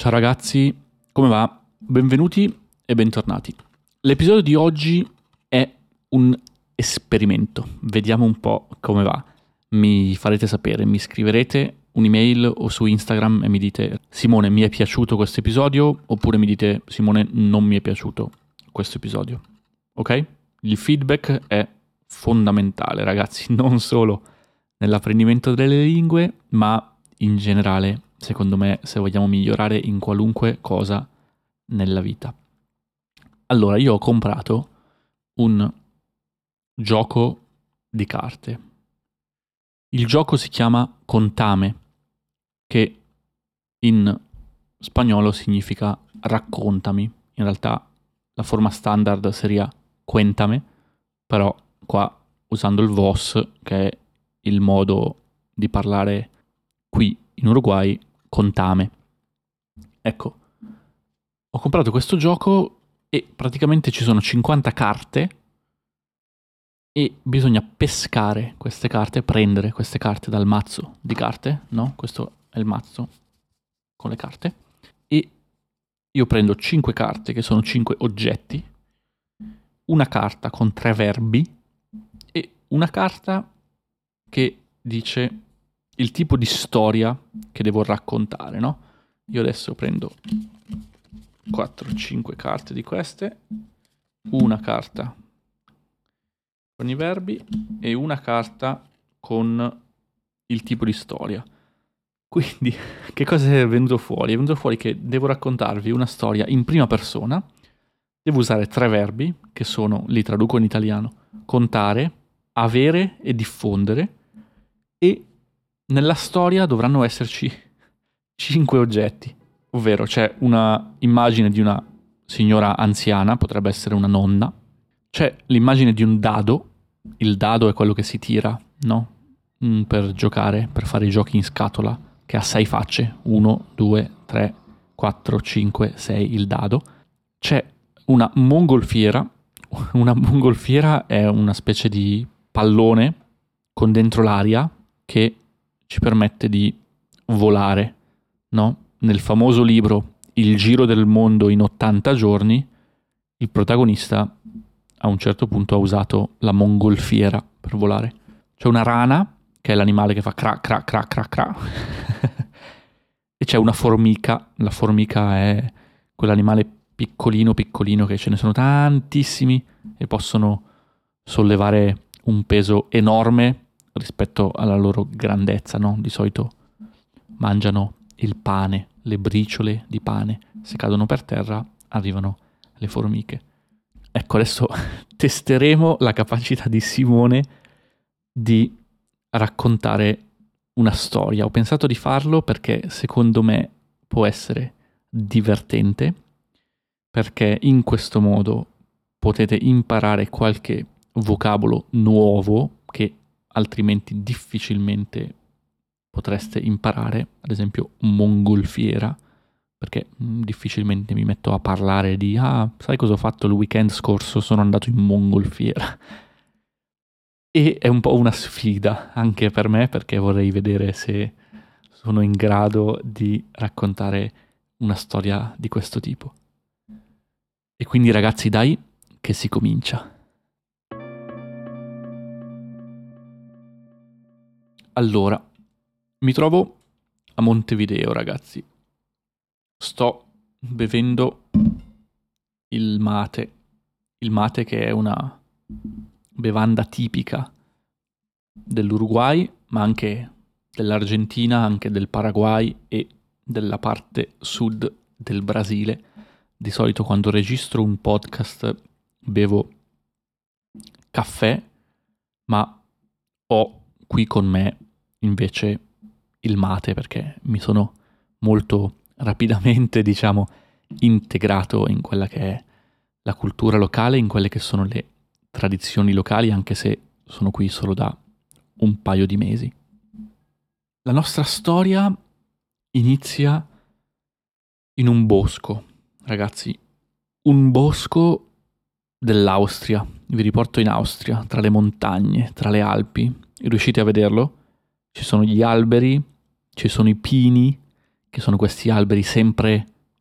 Ciao ragazzi, come va? Benvenuti e bentornati. L'episodio di oggi è un esperimento. Vediamo un po' come va. Mi farete sapere, mi scriverete un'email o su Instagram e mi dite Simone, mi è piaciuto questo episodio, oppure mi dite Simone, non mi è piaciuto questo episodio. Ok? Il feedback è fondamentale, ragazzi, non solo nell'apprendimento delle lingue, ma in generale, secondo me, se vogliamo migliorare in qualunque cosa nella vita. Allora, io ho comprato un gioco di carte. Il gioco si chiama Contame, che in spagnolo significa raccontami. In realtà la forma standard seria cuéntame, però qua usando il vos, che è il modo di parlare qui in Uruguay, contame. Ecco, ho comprato questo gioco e praticamente ci sono 50 carte e bisogna pescare queste carte, prendere queste carte dal mazzo di carte, no? Questo è il mazzo con le carte. E io prendo 5 carte che sono 5 oggetti, una carta con 3 verbi e una carta che dice il tipo di storia che devo raccontare, no? Io adesso prendo 4-5 carte di queste, una carta con i verbi e una carta con il tipo di storia. Quindi, che cosa è venuto fuori? È venuto fuori che devo raccontarvi una storia in prima persona, devo usare 3 verbi, che sono, li traduco in italiano, contare, avere e diffondere, e nella storia dovranno esserci 5 oggetti, ovvero c'è una immagine di una signora anziana, potrebbe essere una nonna, c'è l'immagine di un dado, il dado è quello che si tira, no? Per giocare, per fare i giochi in scatola, che ha 6 facce, 1, 2, 3, 4, 5, 6, il dado. C'è una mongolfiera è una specie di pallone con dentro l'aria che ci permette di volare, no? Nel famoso libro Il giro del mondo in 80 giorni, il protagonista a un certo punto ha usato la mongolfiera per volare. C'è una rana, che è l'animale che fa cra cra cra cra cra, e c'è una formica. La formica è quell'animale piccolino piccolino che ce ne sono tantissimi e possono sollevare un peso enorme rispetto alla loro grandezza, no? Di solito mangiano il pane, le briciole di pane. Se cadono per terra arrivano le formiche. Ecco, adesso testeremo la capacità di Simone di raccontare una storia. Ho pensato di farlo perché secondo me può essere divertente, perché in questo modo potete imparare qualche vocabolo nuovo che altrimenti difficilmente potreste imparare, ad esempio mongolfiera, perché difficilmente mi metto a parlare di sai cosa ho fatto il weekend scorso? Sono andato in mongolfiera. E è un po' una sfida anche per me, perché vorrei vedere se sono in grado di raccontare una storia di questo tipo. E quindi ragazzi, dai, che si comincia. Allora, mi trovo a Montevideo, ragazzi. Sto bevendo il mate che è una bevanda tipica dell'Uruguay, ma anche dell'Argentina, anche del Paraguay e della parte sud del Brasile. Di solito quando registro un podcast bevo caffè, ma ho qui con me invece il mate, perché mi sono molto rapidamente, diciamo, integrato in quella che è la cultura locale, in quelle che sono le tradizioni locali, anche se sono qui solo da un paio di mesi. La nostra storia inizia in un bosco, ragazzi, un bosco dell'Austria. Vi riporto in Austria, tra le montagne, tra le Alpi. Riuscite a vederlo? Ci sono gli alberi, ci sono i pini, che sono questi alberi sempre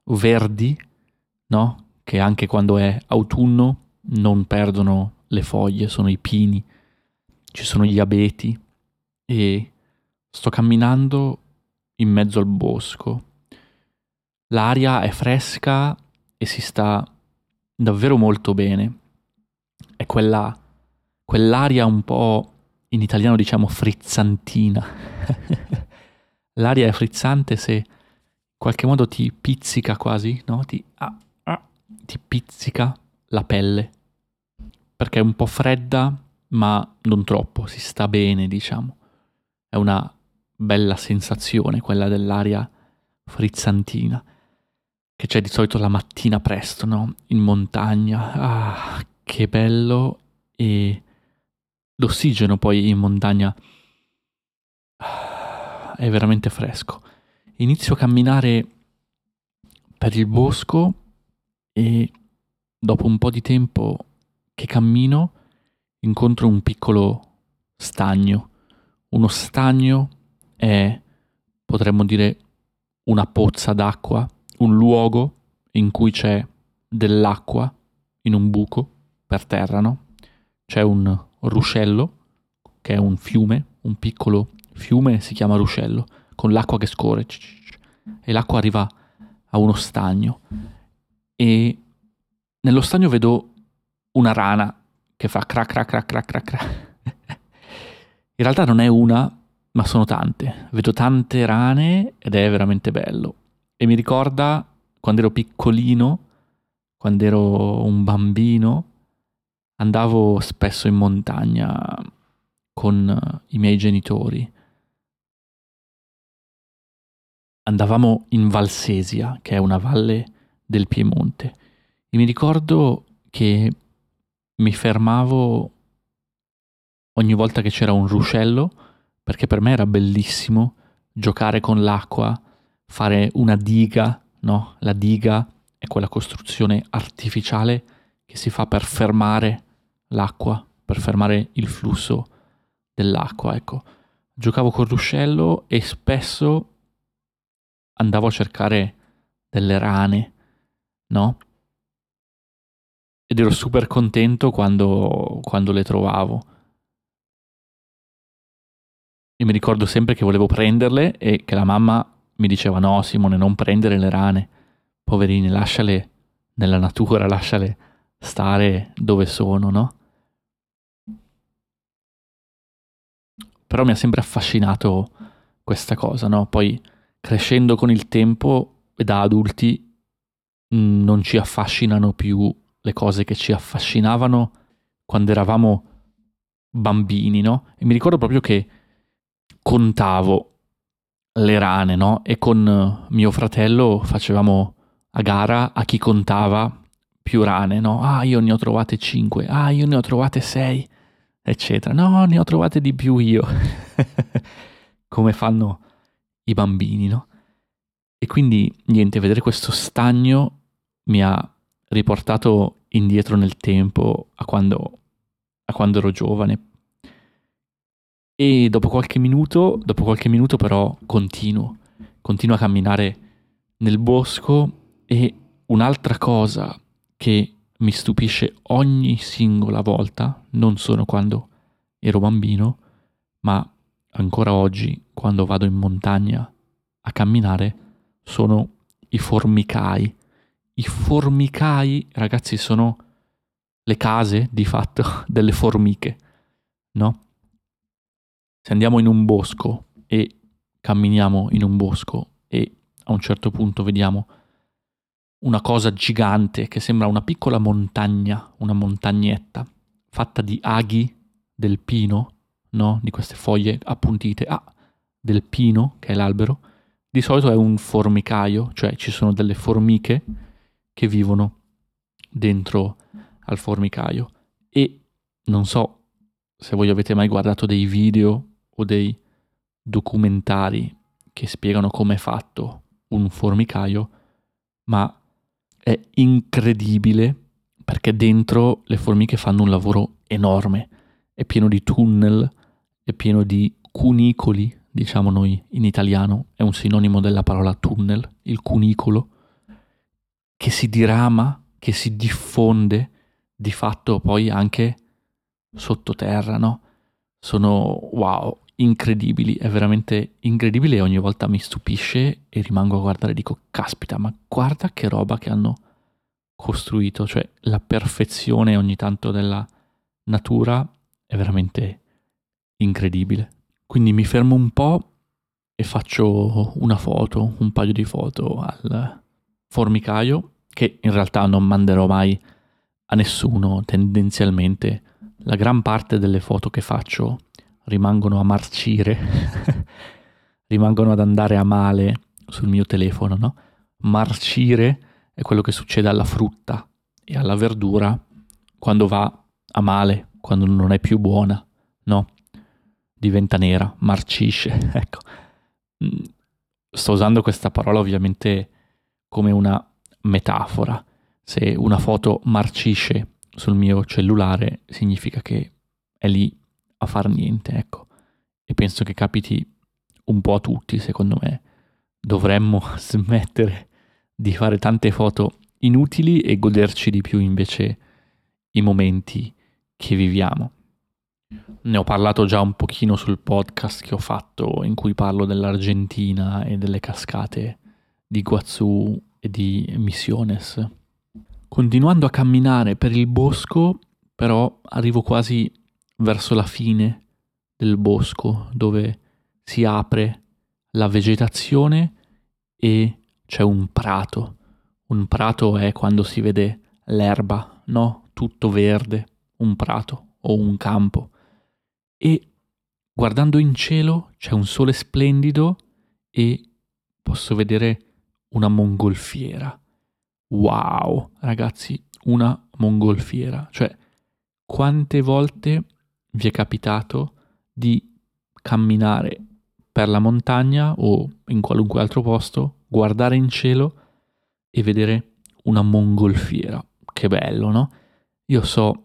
verdi, no? Che anche quando è autunno non perdono le foglie, sono i pini, ci sono gli abeti e sto camminando in mezzo al bosco. L'aria è fresca e si sta davvero molto bene. È quell'aria un po', in italiano diciamo frizzantina. L'aria è frizzante se in qualche modo ti pizzica quasi, no? Ti pizzica la pelle. Perché è un po' fredda, ma non troppo, si sta bene, diciamo. È una bella sensazione quella dell'aria frizzantina, che c'è di solito la mattina presto, no? In montagna. Ah, che bello. E l'ossigeno poi in montagna è veramente fresco. Inizio a camminare per il bosco e dopo un po' di tempo che cammino incontro un piccolo stagno. Uno stagno è, potremmo dire, una pozza d'acqua, un luogo in cui c'è dell'acqua in un buco per terra, no? C'è un ruscello, che è un fiume, un piccolo fiume, si chiama ruscello, con l'acqua che scorre, e l'acqua arriva a uno stagno. E nello stagno vedo una rana che fa crac crac crac crac crac crac. In realtà non è una, ma sono tante. Vedo tante rane ed è veramente bello. E mi ricorda quando ero piccolino, quando ero un bambino, andavo spesso in montagna con i miei genitori. Andavamo in Valsesia, che è una valle del Piemonte. E mi ricordo che mi fermavo ogni volta che c'era un ruscello, perché per me era bellissimo giocare con l'acqua, fare una diga, no? La diga è quella costruzione artificiale che si fa per fermare l'acqua, per fermare il flusso dell'acqua, ecco. Giocavo col ruscello e spesso andavo a cercare delle rane, no? Ed ero super contento quando le trovavo. E mi ricordo sempre che volevo prenderle e che la mamma mi diceva: no Simone, non prendere le rane, poverine, lasciale nella natura, lasciale stare dove sono, no? Però mi ha sempre affascinato questa cosa, no? Poi crescendo con il tempo e da adulti non ci affascinano più le cose che ci affascinavano quando eravamo bambini, no? E mi ricordo proprio che contavo le rane, no? E con mio fratello facevamo a gara a chi contava più rane, no? Ah, io ne ho trovate 5, ah, io ne ho trovate 6, eccetera. No, ne ho trovate di più io. Come fanno i bambini, no? E quindi, niente, vedere questo stagno mi ha riportato indietro nel tempo a quando ero giovane. E dopo qualche minuto però continuo a camminare nel bosco e un'altra cosa che mi stupisce ogni singola volta, non solo quando ero bambino, ma ancora oggi quando vado in montagna a camminare, sono i formicai. I formicai, ragazzi, sono le case di fatto delle formiche, no? Se andiamo in un bosco e camminiamo in un bosco e a un certo punto vediamo una cosa gigante che sembra una piccola montagna, una montagnetta, fatta di aghi del pino, no? Di queste foglie appuntite, del pino, che è l'albero, di solito è un formicaio, cioè ci sono delle formiche che vivono dentro al formicaio. E non so se voi avete mai guardato dei video o dei documentari che spiegano come è fatto un formicaio, ma è incredibile perché dentro le formiche fanno un lavoro enorme, è pieno di tunnel, è pieno di cunicoli, diciamo noi in italiano, è un sinonimo della parola tunnel, il cunicolo, che si dirama, che si diffonde di fatto poi anche sottoterra, no? Sono wow, incredibili, è veramente incredibile e ogni volta mi stupisce e rimango a guardare e dico, caspita, ma guarda che roba che hanno costruito, cioè la perfezione ogni tanto della natura è veramente incredibile. Quindi mi fermo un po' e faccio una foto, un paio di foto al formicaio, che in realtà non manderò mai a nessuno tendenzialmente. La gran parte delle foto che faccio rimangono a marcire, rimangono ad andare a male sul mio telefono, no? Marcire è quello che succede alla frutta e alla verdura quando va a male, quando non è più buona, no? Diventa nera, marcisce, ecco. Sto usando questa parola ovviamente come una metafora. Se una foto marcisce sul mio cellulare significa che è lì a far niente, ecco. E penso che capiti un po' a tutti, secondo me. Dovremmo smettere di fare tante foto inutili e goderci di più invece i momenti che viviamo. Ne ho parlato già un pochino sul podcast che ho fatto in cui parlo dell'Argentina e delle cascate di Iguazú e di Misiones. Continuando a camminare per il bosco, però arrivo quasi verso la fine del bosco dove si apre la vegetazione e c'è un prato. Un prato è quando si vede l'erba, no? Tutto verde, un prato o un campo. E guardando in cielo c'è un sole splendido e posso vedere una mongolfiera. Wow, ragazzi, una mongolfiera. Cioè, quante volte vi è capitato di camminare per la montagna o in qualunque altro posto, guardare in cielo e vedere una mongolfiera? Che bello, no? Io so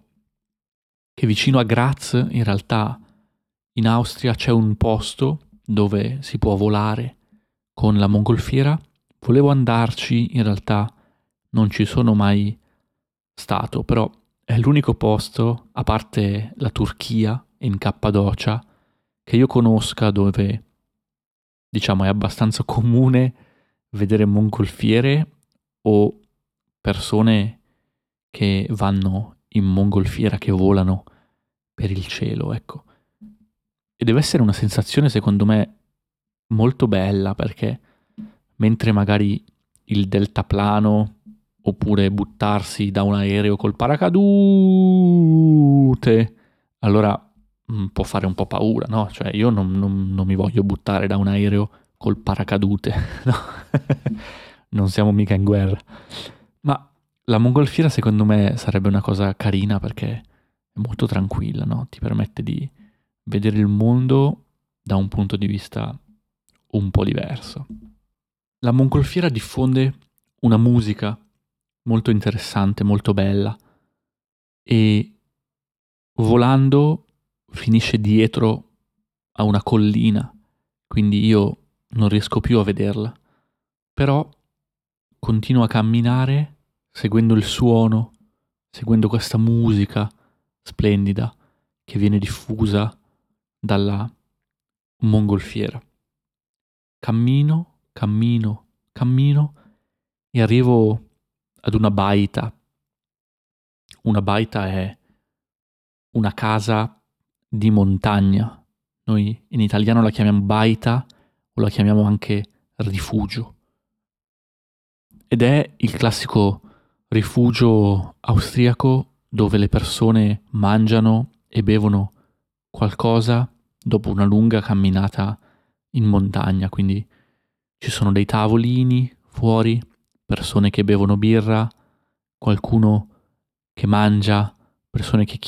che vicino a Graz, in realtà, in Austria c'è un posto dove si può volare con la mongolfiera. Volevo andarci, in realtà non ci sono mai stato, però è l'unico posto, a parte la Turchia in Cappadocia, che io conosca dove, diciamo, è abbastanza comune vedere mongolfiere o persone che vanno in mongolfiera, che volano per il cielo, ecco. E deve essere una sensazione, secondo me, molto bella, perché mentre magari il deltaplano oppure buttarsi da un aereo col paracadute, allora può fare un po' paura, no? Cioè io non mi voglio buttare da un aereo col paracadute, no? Non siamo mica in guerra. Ma la mongolfiera secondo me sarebbe una cosa carina perché è molto tranquilla, no? Ti permette di vedere il mondo da un punto di vista un po' diverso. La mongolfiera diffonde una musica molto interessante, molto bella e volando finisce dietro a una collina, quindi io non riesco più a vederla, però continuo a camminare seguendo il suono, seguendo questa musica splendida che viene diffusa dalla mongolfiera. Cammino, cammino, cammino e arrivo ad una baita. Una baita è una casa di montagna. Noi in italiano la chiamiamo baita o la chiamiamo anche rifugio. Ed è il classico rifugio austriaco dove le persone mangiano e bevono qualcosa dopo una lunga camminata in montagna. Quindi ci sono dei tavolini fuori, persone che bevono birra, qualcuno che mangia, persone che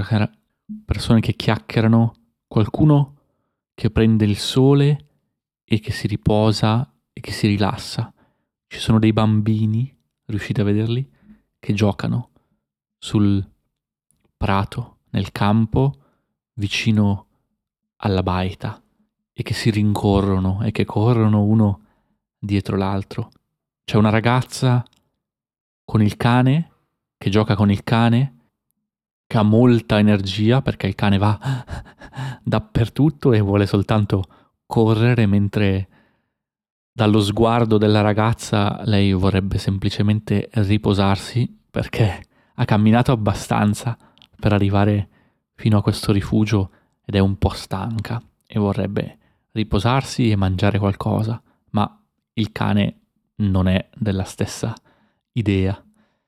chiacchierano, qualcuno che prende il sole e che si riposa e che si rilassa. Ci sono dei bambini, riuscite a vederli, che giocano sul prato, nel campo, vicino alla baita e che si rincorrono e che corrono uno dietro l'altro. C'è una ragazza con il cane, che gioca con il cane, che ha molta energia perché il cane va dappertutto e vuole soltanto correre, mentre dallo sguardo della ragazza lei vorrebbe semplicemente riposarsi perché ha camminato abbastanza per arrivare fino a questo rifugio ed è un po' stanca e vorrebbe riposarsi e mangiare qualcosa, ma il cane non è della stessa idea.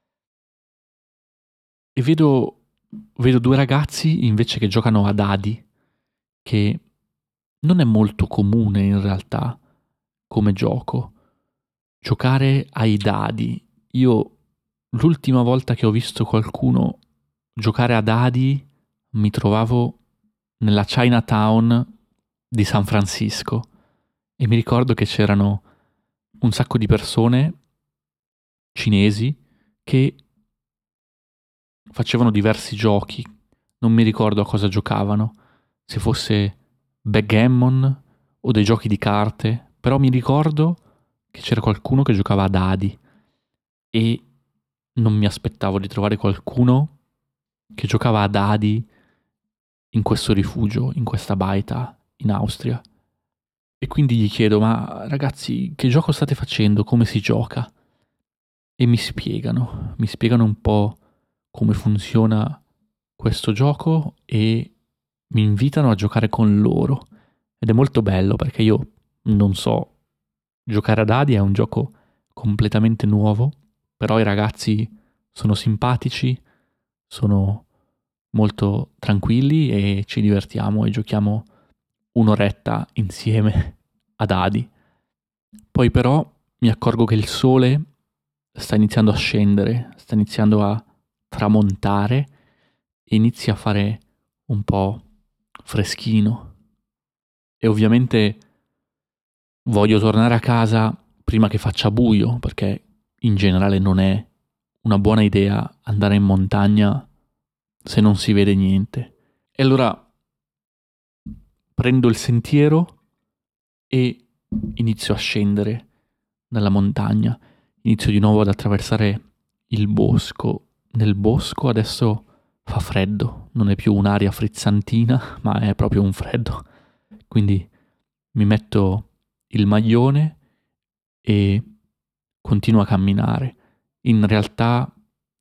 E vedo due ragazzi invece che giocano a dadi, che non è molto comune in realtà come gioco. Giocare ai dadi. Io l'ultima volta che ho visto qualcuno giocare a dadi mi trovavo nella Chinatown di San Francisco e mi ricordo che c'erano un sacco di persone cinesi che facevano diversi giochi. Non mi ricordo a cosa giocavano, se fosse backgammon o dei giochi di carte, però mi ricordo che c'era qualcuno che giocava a dadi e non mi aspettavo di trovare qualcuno che giocava a dadi in questo rifugio, in questa baita in Austria. E quindi gli chiedo: ma ragazzi, che gioco state facendo? Come si gioca? E mi spiegano un po' come funziona questo gioco e mi invitano a giocare con loro. Ed è molto bello perché io non so giocare a dadi, è un gioco completamente nuovo, però i ragazzi sono simpatici, sono molto tranquilli e ci divertiamo e giochiamo un'oretta insieme a dadi. Poi però mi accorgo che il sole sta iniziando a scendere, sta iniziando a tramontare e inizia a fare un po' freschino. E ovviamente voglio tornare a casa prima che faccia buio, perché in generale non è una buona idea andare in montagna se non si vede niente. E allora prendo il sentiero e inizio a scendere dalla montagna. Inizio di nuovo ad attraversare il bosco. Nel bosco adesso fa freddo, non è più un'aria frizzantina, ma è proprio un freddo. Quindi mi metto il maglione e continuo a camminare. In realtà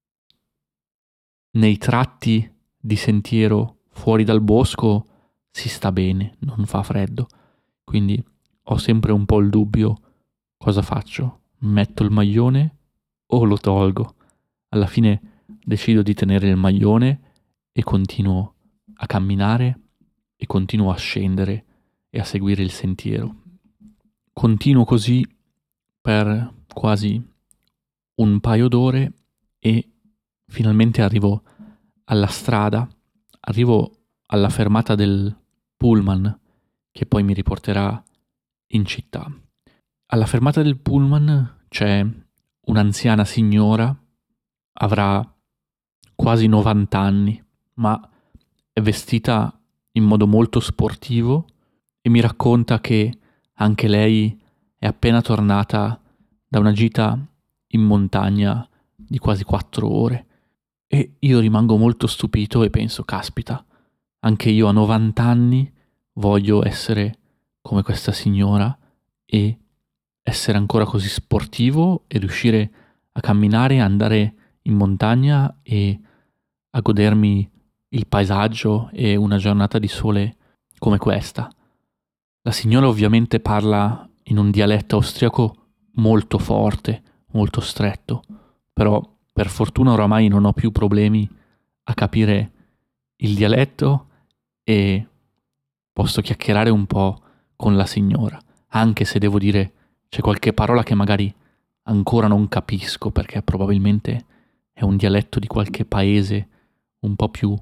nei tratti di sentiero fuori dal bosco si sta bene, non fa freddo. Quindi ho sempre un po' il dubbio: cosa faccio? Metto il maglione o lo tolgo? Alla fine decido di tenere il maglione e continuo a camminare e continuo a scendere e a seguire il sentiero. Continuo così per quasi un paio d'ore e finalmente arrivo alla strada, arrivo alla fermata del pullman che poi mi riporterà in città. Alla fermata del pullman c'è un'anziana signora, avrà quasi 90 anni, ma è vestita in modo molto sportivo e mi racconta che anche lei è appena tornata da una gita in montagna di quasi 4 ore. E io rimango molto stupito e penso: caspita, anche io a 90 anni voglio essere come questa signora e essere ancora così sportivo e riuscire a camminare, andare in montagna e a godermi il paesaggio e una giornata di sole come questa. La signora ovviamente parla in un dialetto austriaco molto forte, molto stretto, però per fortuna oramai non ho più problemi a capire il dialetto e posso chiacchierare un po' con la signora, anche se devo dire c'è qualche parola che magari ancora non capisco perché probabilmente è un dialetto di qualche paese un po' più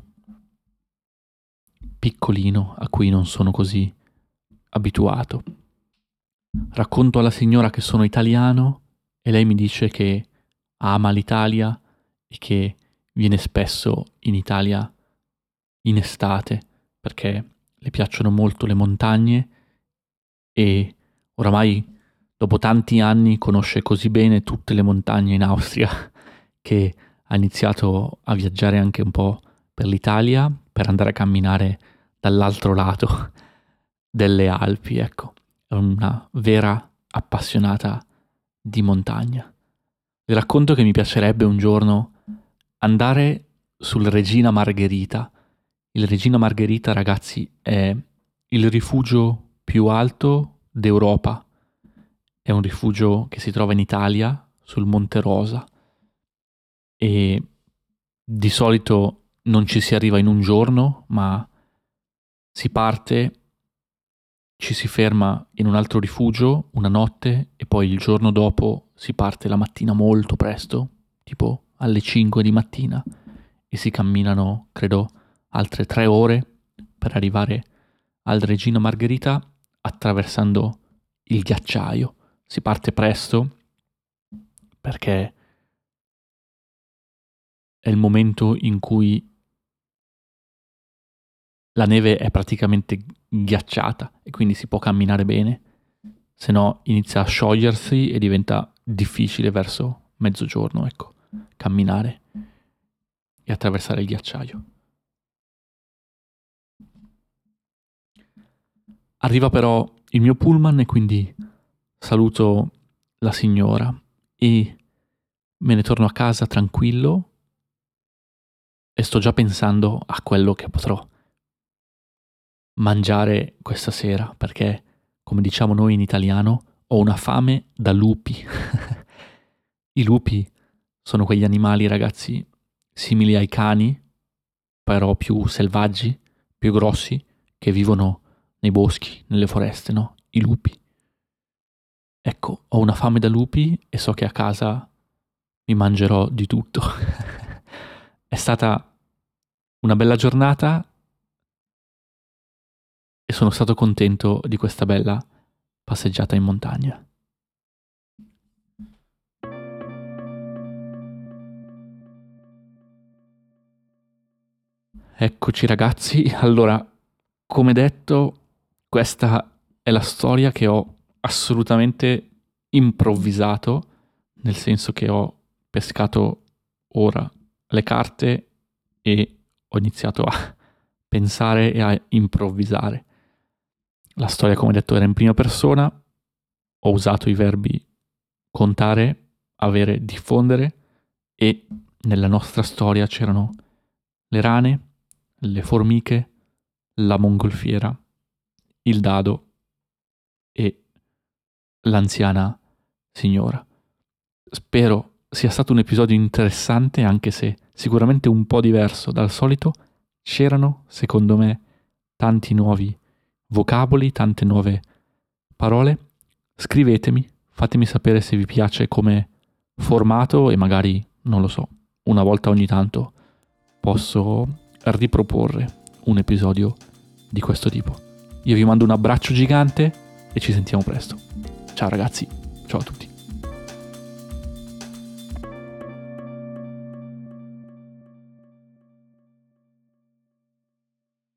piccolino a cui non sono così abituato. Racconto alla signora che sono italiano e lei mi dice che ama l'Italia e che viene spesso in Italia in estate perché le piacciono molto le montagne e oramai dopo tanti anni conosce così bene tutte le montagne in Austria che ha iniziato a viaggiare anche un po' per l'Italia per andare a camminare dall'altro lato delle Alpi, ecco. È una vera appassionata di montagna. Vi racconto che mi piacerebbe un giorno andare sul Regina Margherita. Il Regina Margherita, ragazzi, è il rifugio più alto d'Europa. È un rifugio che si trova in Italia, sul Monte Rosa, e di solito non ci si arriva in un giorno, ma si parte, ci si ferma in un altro rifugio una notte e poi il giorno dopo si parte la mattina molto presto, tipo alle 5 di mattina, e si camminano, credo, altre 3 ore per arrivare al Regina Margherita attraversando il ghiacciaio. Si parte presto perché è il momento in cui la neve è praticamente ghiacciata e quindi si può camminare bene, se no inizia a sciogliersi e diventa difficile verso mezzogiorno, ecco, camminare e attraversare il ghiacciaio. Arriva però il mio pullman e quindi saluto la signora e me ne torno a casa tranquillo e sto già pensando a quello che potrò mangiare questa sera, perché, come diciamo noi in italiano, ho una fame da lupi. I lupi sono quegli animali, ragazzi, simili ai cani, però più selvaggi, più grossi, che vivono nei boschi, nelle foreste, no? I lupi. Ecco, ho una fame da lupi e so che a casa mi mangerò di tutto. È stata una bella giornata e sono stato contento di questa bella passeggiata in montagna. Eccoci ragazzi, allora, come detto, questa è la storia che ho assolutamente improvvisato, nel senso che ho pescato ora le carte e ho iniziato a pensare e a improvvisare. La storia, come detto, era in prima persona, ho usato i verbi contare, avere, diffondere e nella nostra storia c'erano le rane, le formiche, la mongolfiera, il dado e l'anziana signora. Spero sia stato un episodio interessante, anche se sicuramente un po' diverso dal solito. C'erano, secondo me, tanti nuovi vocaboli, tante nuove parole. Scrivetemi, fatemi sapere se vi piace come formato e magari, non lo so, una volta ogni tanto posso riproporre un episodio di questo tipo. Io vi mando un abbraccio gigante e ci sentiamo presto. Ciao ragazzi, ciao a tutti.